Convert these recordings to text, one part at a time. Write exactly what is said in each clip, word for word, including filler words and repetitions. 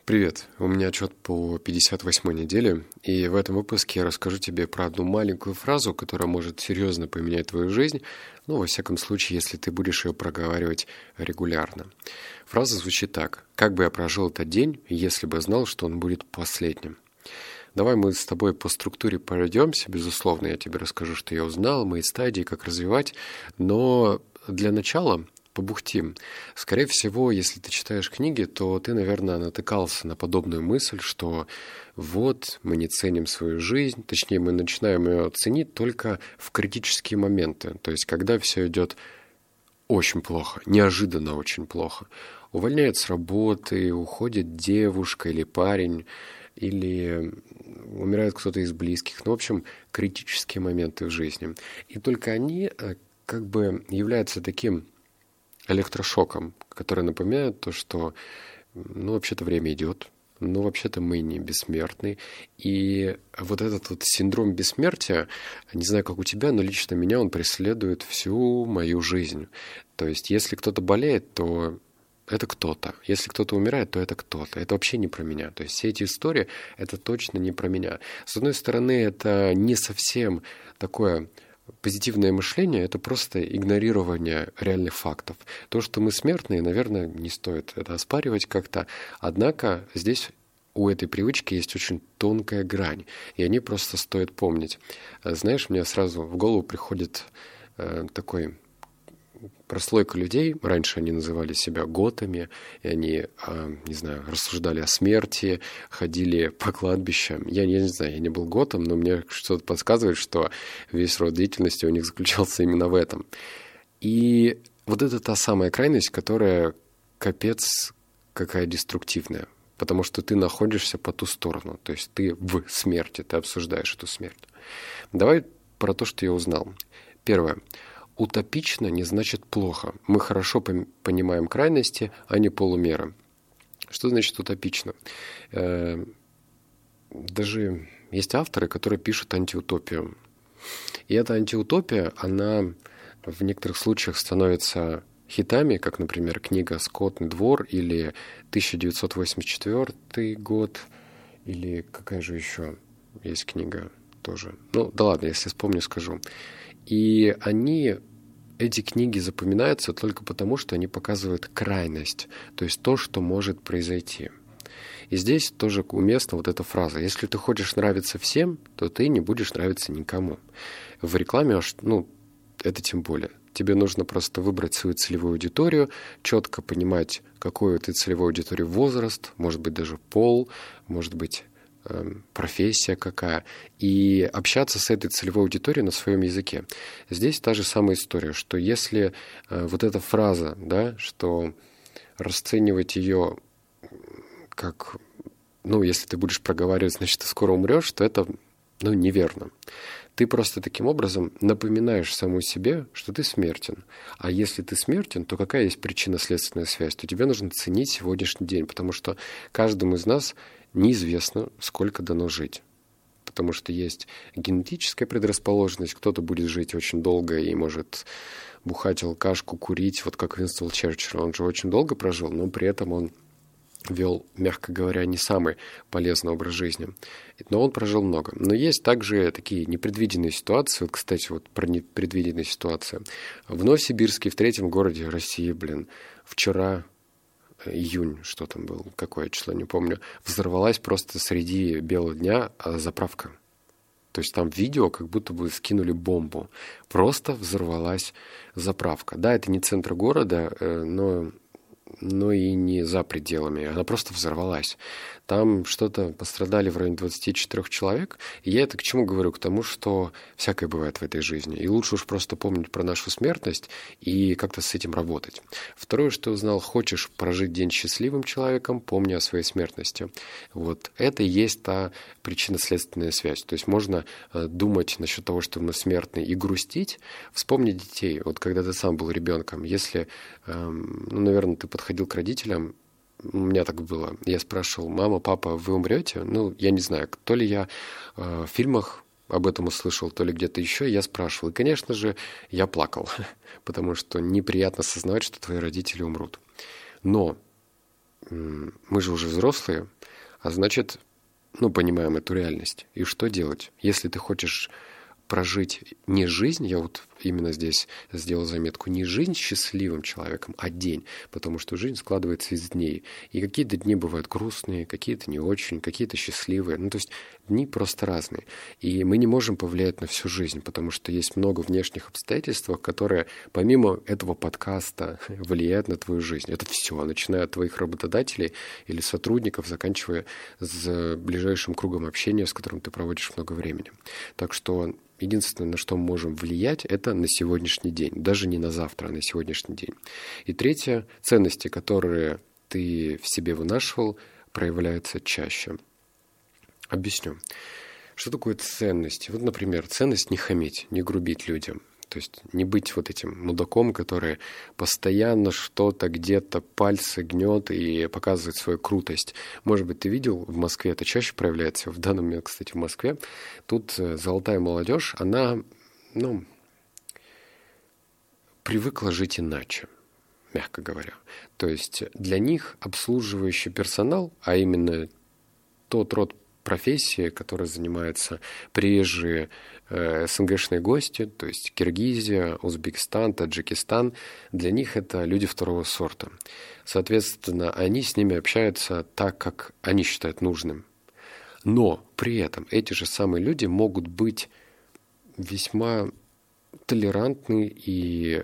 Привет, у меня отчет по пятьдесят восьмой неделе, и в этом выпуске я расскажу тебе про одну маленькую фразу, которая может серьезно поменять твою жизнь, ну, во всяком случае, если ты будешь ее проговаривать регулярно. Фраза звучит так: «Как бы я прожил этот день, если бы знал, что он будет последним?» Давай мы с тобой по структуре пройдемся, безусловно, я тебе расскажу, что я узнал, мои стадии, как развивать, но для начала побухтим. Скорее всего, если ты читаешь книги, то ты, наверное, натыкался на подобную мысль, что вот мы не ценим свою жизнь, точнее, мы начинаем ее ценить только в критические моменты, то есть когда все идет очень плохо, неожиданно очень плохо. Увольняют с работы, уходит девушка или парень, или умирает кто-то из близких. Ну, в общем, критические моменты в жизни. И только они как бы являются таким электрошоком, который напоминает то, что, ну, вообще-то время идет, ну, вообще-то мы не бессмертны. И вот этот вот синдром бессмертия, не знаю, как у тебя, но лично меня он преследует всю мою жизнь. То есть, если кто-то болеет, то это кто-то. Если кто-то умирает, то это кто-то. Это вообще не про меня. То есть все эти истории, это точно не про меня. С одной стороны, это не совсем такое позитивное мышление, это просто игнорирование реальных фактов. То, что мы смертные, наверное, не стоит это оспаривать как-то. Однако здесь у этой привычки есть очень тонкая грань, и о ней просто стоит помнить. Знаешь, мне сразу в голову приходит э, такой прослойка людей, раньше они называли себя готами, и они, не знаю, рассуждали о смерти, ходили по кладбищам. Я не, не знаю, я не был готом, но мне что-то подсказывает, что весь род деятельности у них заключался именно в этом. И вот это та самая крайность, которая капец какая деструктивная, потому что ты находишься по ту сторону, то есть ты в смерти, ты обсуждаешь эту смерть. Давай про то, что я узнал. Первое. Утопично не значит плохо. Мы хорошо понимаем крайности, а не полумеры. Что значит утопично? Даже есть авторы, которые пишут антиутопию. И эта антиутопия, она в некоторых случаях становится хитами, как, например, книга «Скотный двор» или тысяча девятьсот восемьдесят четвёртый год, или какая же еще есть книга тоже. Ну, да ладно, если вспомню, скажу. И они, эти книги запоминаются только потому, что они показывают крайность, то есть то, что может произойти. И здесь тоже уместна вот эта фраза: если ты хочешь нравиться всем, то ты не будешь нравиться никому. В рекламе, ну, это тем более. Тебе нужно просто выбрать свою целевую аудиторию, четко понимать, какой у этой целевой аудитории возраст, может быть, даже пол, может быть, профессия какая, и общаться с этой целевой аудиторией на своем языке. Здесь та же самая история, что если э, вот эта фраза, да, что расценивать ее как, ну, если ты будешь проговаривать, значит, ты скоро умрешь, то это, ну, неверно. Ты просто таким образом напоминаешь саму себе, что ты смертен. А если ты смертен, то какая есть причинно-следственная связь? То тебе нужно ценить сегодняшний день, потому что каждому из нас неизвестно, сколько дано жить. Потому что есть генетическая предрасположенность, кто-то будет жить очень долго и может бухать алкашку, курить, вот как Уинстон Черчилль. Он же очень долго прожил, но при этом он вел, мягко говоря, не самый полезный образ жизни. Но он прожил много. Но есть также такие непредвиденные ситуации. Вот, кстати, вот про непредвиденные ситуации. В Новосибирске, в третьем городе России, блин, вчера, июнь, что там было, какое число, не помню, взорвалась просто среди бела дня заправка. То есть там видео, как будто бы скинули бомбу. Просто взорвалась заправка. Да, это не центр города, но... но и не за пределами. Она просто взорвалась. Там что-то пострадали в районе двадцати четырёх человек. И я это к чему говорю? К тому, что всякое бывает в этой жизни. И лучше уж просто помнить про нашу смертность и как-то с этим работать. Второе, что узнал: хочешь прожить день счастливым человеком, помни о своей смертности. Вот это и есть та причинно-следственная связь. То есть можно думать насчет того, что мы смертны, и грустить. Вспомни детей. Вот когда ты сам был ребенком, если, ну, наверное, ты подходил к родителям, у меня так было. Я спрашивал: мама, папа, вы умрете? Ну, я не знаю, то ли я э, в фильмах об этом услышал, то ли где-то еще, я спрашивал. И, конечно же, я плакал, потому что неприятно осознавать, что твои родители умрут. Но мы же уже взрослые, а значит, ну, понимаем эту реальность. И что делать? Если ты хочешь прожить не жизнь, я вот именно здесь сделал заметку, не жизнь счастливым человеком, а день, потому что жизнь складывается из дней. И какие-то дни бывают грустные, какие-то не очень, какие-то счастливые. Ну, то есть дни просто разные. И мы не можем повлиять на всю жизнь, потому что есть много внешних обстоятельств, которые помимо этого подкаста влияют на твою жизнь. Это все, начиная от твоих работодателей или сотрудников, заканчивая с ближайшим кругом общения, с которым ты проводишь много времени. Так что единственное, на что мы можем влиять, это на сегодняшний день. Даже не на завтра, а на сегодняшний день. И третье, ценности, которые ты в себе вынашивал, проявляются чаще. Объясню. Что такое ценность? Вот, например, ценность не хамить, не грубить людям. То есть не быть вот этим мудаком, который постоянно что-то где-то пальцы гнет и показывает свою крутость. Может быть, ты видел, в Москве это чаще проявляется, в данный момент, кстати, в Москве. Тут золотая молодежь, она, ну, привыкла жить иначе, мягко говоря. То есть для них обслуживающий персонал, а именно тот род профессии, которой занимаются приезжие э, СНГшные гости, то есть Киргизия, Узбекистан, Таджикистан, для них это люди второго сорта. Соответственно, они с ними общаются так, как они считают нужным. Но при этом эти же самые люди могут быть весьма толерантны и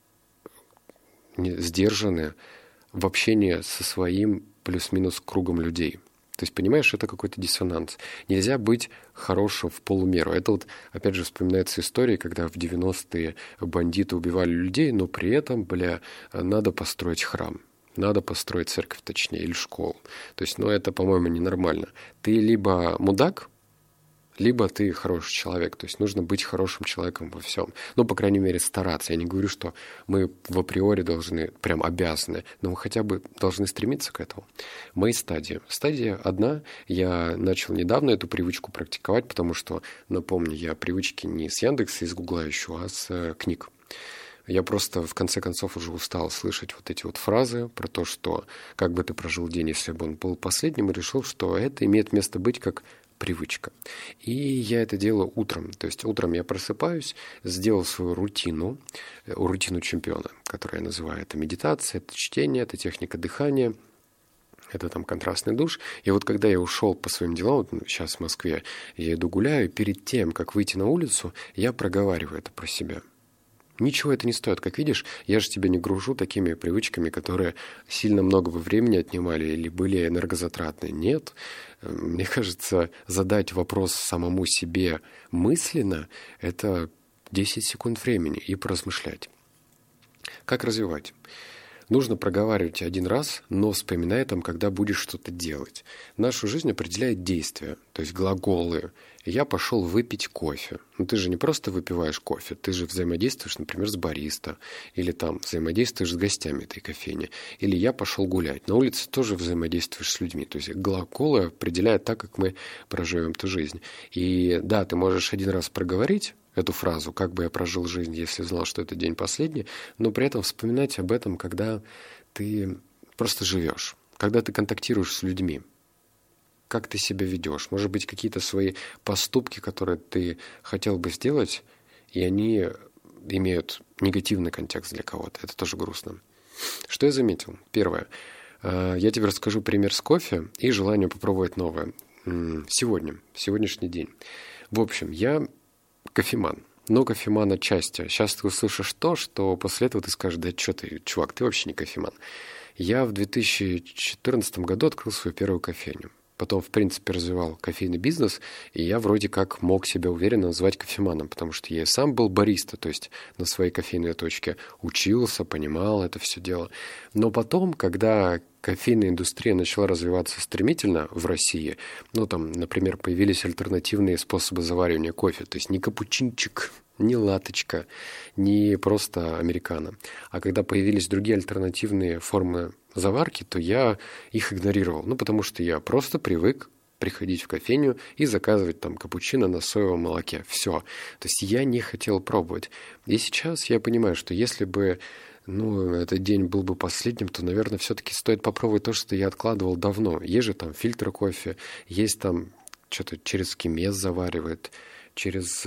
сдержаны в общении со своим плюс-минус кругом людей. То есть, понимаешь, это какой-то диссонанс. Нельзя быть хорошим в полумеру. Это вот, опять же, вспоминается история, когда в девяностые бандиты убивали людей, но при этом, бля, надо построить храм. Надо построить церковь, точнее, или школу. То есть, ну, это, по-моему, ненормально. Ты либо мудак, либо ты хороший человек. То есть нужно быть хорошим человеком во всем. Ну, по крайней мере, стараться. Я не говорю, что мы в априори должны, прям обязаны, но мы хотя бы должны стремиться к этому. Мои стадии. Стадия одна. Я начал недавно эту привычку практиковать, потому что, напомню, я привычки не с Яндекса, из Гугла ищу, а с э, книг. Я просто, в конце концов, уже устал слышать вот эти вот фразы про то, что как бы ты прожил день, если бы он был последним, и решил, что это имеет место быть как привычка. И я это делаю утром. То есть утром я просыпаюсь, сделал свою рутину, рутину чемпиона, которую я называю. Это медитация, это чтение, это техника дыхания, это там контрастный душ. И вот когда я ушел по своим делам, вот сейчас в Москве, я иду гуляю, и перед тем, как выйти на улицу, я проговариваю это про себя. Ничего это не стоит. Как видишь, я же тебя не гружу такими привычками, которые сильно много времени отнимали или были энергозатратны. Нет. Мне кажется, задать вопрос самому себе мысленно – это десять секунд времени и поразмышлять. Как развивать? Нужно проговаривать один раз, но вспоминая там, когда будешь что-то делать. Нашу жизнь определяет действие, то есть глаголы. Я пошел выпить кофе. Ну ты же не просто выпиваешь кофе, ты же взаимодействуешь, например, с бариста, или там взаимодействуешь с гостями этой кофейни. Или я пошел гулять. На улице тоже взаимодействуешь с людьми. То есть глаголы определяют так, как мы проживем эту жизнь. И да, ты можешь один раз проговорить эту фразу, как бы я прожил жизнь, если знал, что это день последний, но при этом вспоминать об этом, когда ты просто живешь, когда ты контактируешь с людьми, как ты себя ведешь, может быть, какие-то свои поступки, которые ты хотел бы сделать, и они имеют негативный контекст для кого-то, это тоже грустно. Что я заметил? Первое. Я тебе расскажу пример с кофе и желание попробовать новое. Сегодня, сегодняшний день. В общем, я кофеман. Но кофеман отчасти. Сейчас ты услышишь то, что после этого ты скажешь, да что ты, чувак, ты вообще не кофеман. Я в две тысячи четырнадцатом году открыл свою первую кофейню. Потом, в принципе, развивал кофейный бизнес, и я вроде как мог себя уверенно назвать кофеманом, потому что я сам был бариста, то есть на своей кофейной точке учился, понимал это все дело. Но потом, когда кофейная индустрия начала развиваться стремительно в России, ну там, например, появились альтернативные способы заваривания кофе, то есть не капучинчик, не латочка, не просто американо. А когда появились другие альтернативные формы заварки, то я их игнорировал. Ну, потому что я просто привык приходить в кофейню и заказывать там капучино на соевом молоке. Все. То есть я не хотел пробовать. И сейчас я понимаю, что если бы ну, этот день был бы последним, то, наверное, все-таки стоит попробовать то, что я откладывал давно. Есть же там фильтр кофе, есть там что-то через Кимес заваривает, через...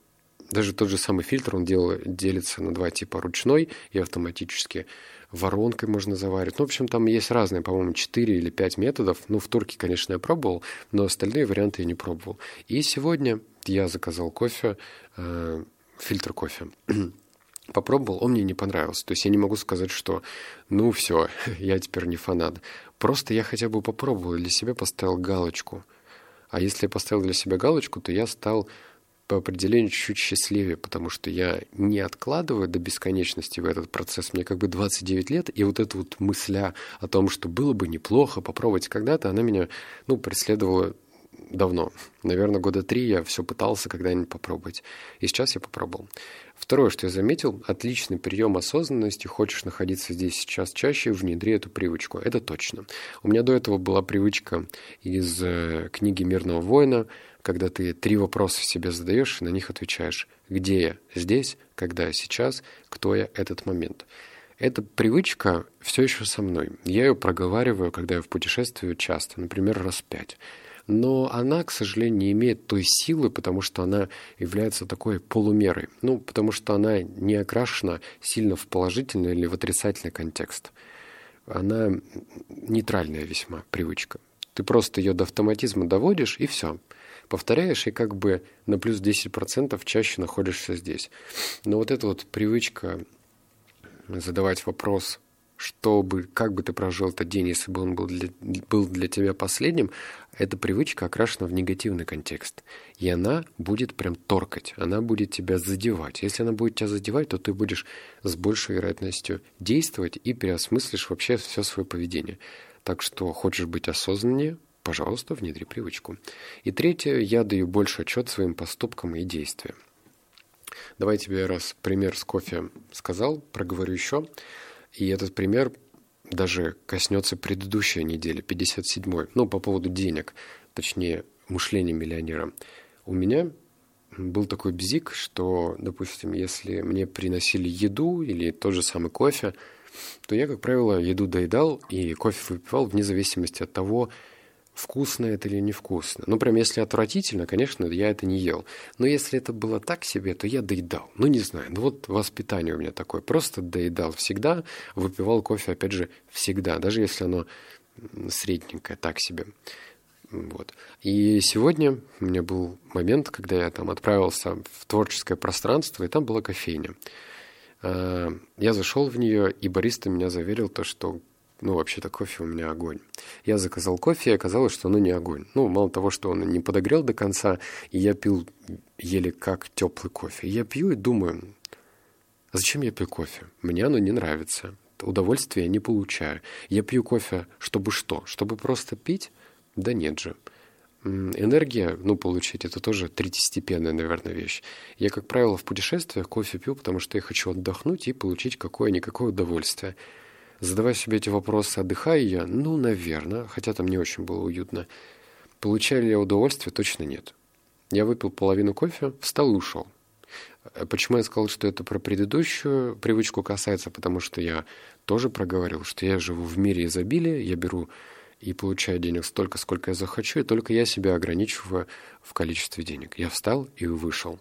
Даже тот же самый фильтр, он дел, делится на два типа: ручной и автоматически. Воронкой можно заваривать. Ну, в общем, там есть разные, по-моему, четыре или пять методов. Ну, в турке, конечно, я пробовал, но остальные варианты я не пробовал. И сегодня я заказал кофе, э, фильтр кофе. Попробовал, он мне не понравился. То есть я не могу сказать, что ну все, я теперь не фанат. Просто я хотя бы попробовал, для себя поставил галочку. А если я поставил для себя галочку, то я стал по определению чуть-чуть счастливее, потому что я не откладываю до бесконечности в этот процесс. Мне как бы двадцать девять лет, и вот эта вот мысля о том, что было бы неплохо попробовать когда-то, она меня, ну, преследовала давно. Наверное, года три я все пытался когда-нибудь попробовать. И сейчас я попробовал. Второе, что я заметил: отличный прием осознанности. Хочешь находиться здесь сейчас чаще, внедри эту привычку. Это точно. У меня до этого была привычка из э, книги «Мирного воина», когда ты три вопроса себе задаешь и на них отвечаешь. Где я здесь, когда я сейчас, кто я этот момент. Эта привычка все еще со мной. Я ее проговариваю, когда я в путешествии, часто, например, раз пять. Но она, к сожалению, не имеет той силы, потому что она является такой полумерой. Ну, потому что она не окрашена сильно в положительный или в отрицательный контекст. Она нейтральная весьма привычка. Ты просто ее до автоматизма доводишь, и все. Повторяешь, и как бы на плюс десять процентов чаще находишься здесь. Но вот эта вот привычка задавать вопрос, что бы, как бы ты прожил этот день, если бы он был для, был для тебя последним, эта привычка окрашена в негативный контекст. И она будет прям торкать, она будет тебя задевать. Если она будет тебя задевать, то ты будешь с большей вероятностью действовать и переосмыслишь вообще все свое поведение. Так что хочешь быть осознаннее, пожалуйста, внедри привычку. И третье, я даю больше отчет своим поступкам и действиям. Давай тебе раз пример с кофе сказал, проговорю еще. И этот пример даже коснется предыдущей недели, пятьдесят седьмой. Ну, по поводу денег, точнее, мышления миллионера. У меня был такой бзик, что, допустим, если мне приносили еду или тот же самый кофе, то я, как правило, еду доедал и кофе выпивал вне зависимости от того, вкусно это или невкусно. Ну, прям если отвратительно, конечно, я это не ел. Но если это было так себе, то я доедал. Ну, не знаю, ну вот воспитание у меня такое. Просто доедал всегда, выпивал кофе, опять же, всегда. Даже если оно средненькое, так себе. Вот. И сегодня у меня был момент, когда я там отправился в творческое пространство, и там была кофейня. Я зашел в нее, и бариста меня заверил, то, что ну, вообще-то кофе у меня огонь. Я заказал кофе, и оказалось, что оно не огонь. Ну, мало того, что он не подогрел до конца, и я пил еле как теплый кофе. И я пью и думаю, а зачем я пью кофе? Мне оно не нравится. Удовольствия я не получаю. Я пью кофе, чтобы что? Чтобы просто пить? Да нет же. Энергия, ну, получить, это тоже третьестепенная, наверное, вещь. Я, как правило, в путешествиях кофе пью, потому что я хочу отдохнуть и получить какое-никакое удовольствие. Задавая себе эти вопросы, отдыхаю я? Ну, наверное, хотя там не очень было уютно. Получаю ли я удовольствие? Точно нет. Я выпил половину кофе, встал и ушел. Почему я сказал, что это про предыдущую привычку касается? Потому что я тоже проговорил, что я живу в мире изобилия, я беру и получаю денег столько, сколько я захочу, и только я себя ограничиваю в количестве денег. Я встал и вышел.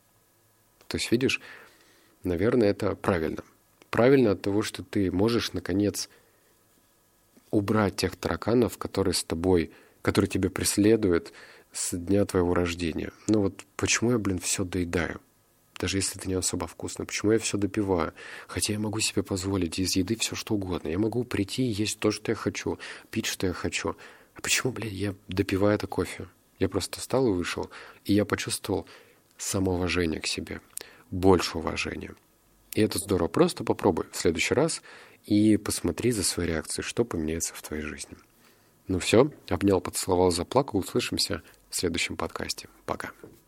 То есть, видишь, наверное, это правильно. Правильно от того, что ты можешь, наконец, убрать тех тараканов, которые с тобой, которые тебя преследуют с дня твоего рождения. Ну вот почему я, блин, все доедаю? Даже если это не особо вкусно. Почему я все допиваю? Хотя я могу себе позволить из еды все что угодно. Я могу прийти и есть то, что я хочу, пить, что я хочу. А почему, блядь, я допиваю это кофе? Я просто встал и вышел. И я почувствовал самоуважение к себе. Больше уважения. И это здорово. Просто попробуй в следующий раз и посмотри за своей реакцией, что поменяется в твоей жизни. Ну все, обнял, поцеловал, заплакал. Услышимся в следующем подкасте. Пока.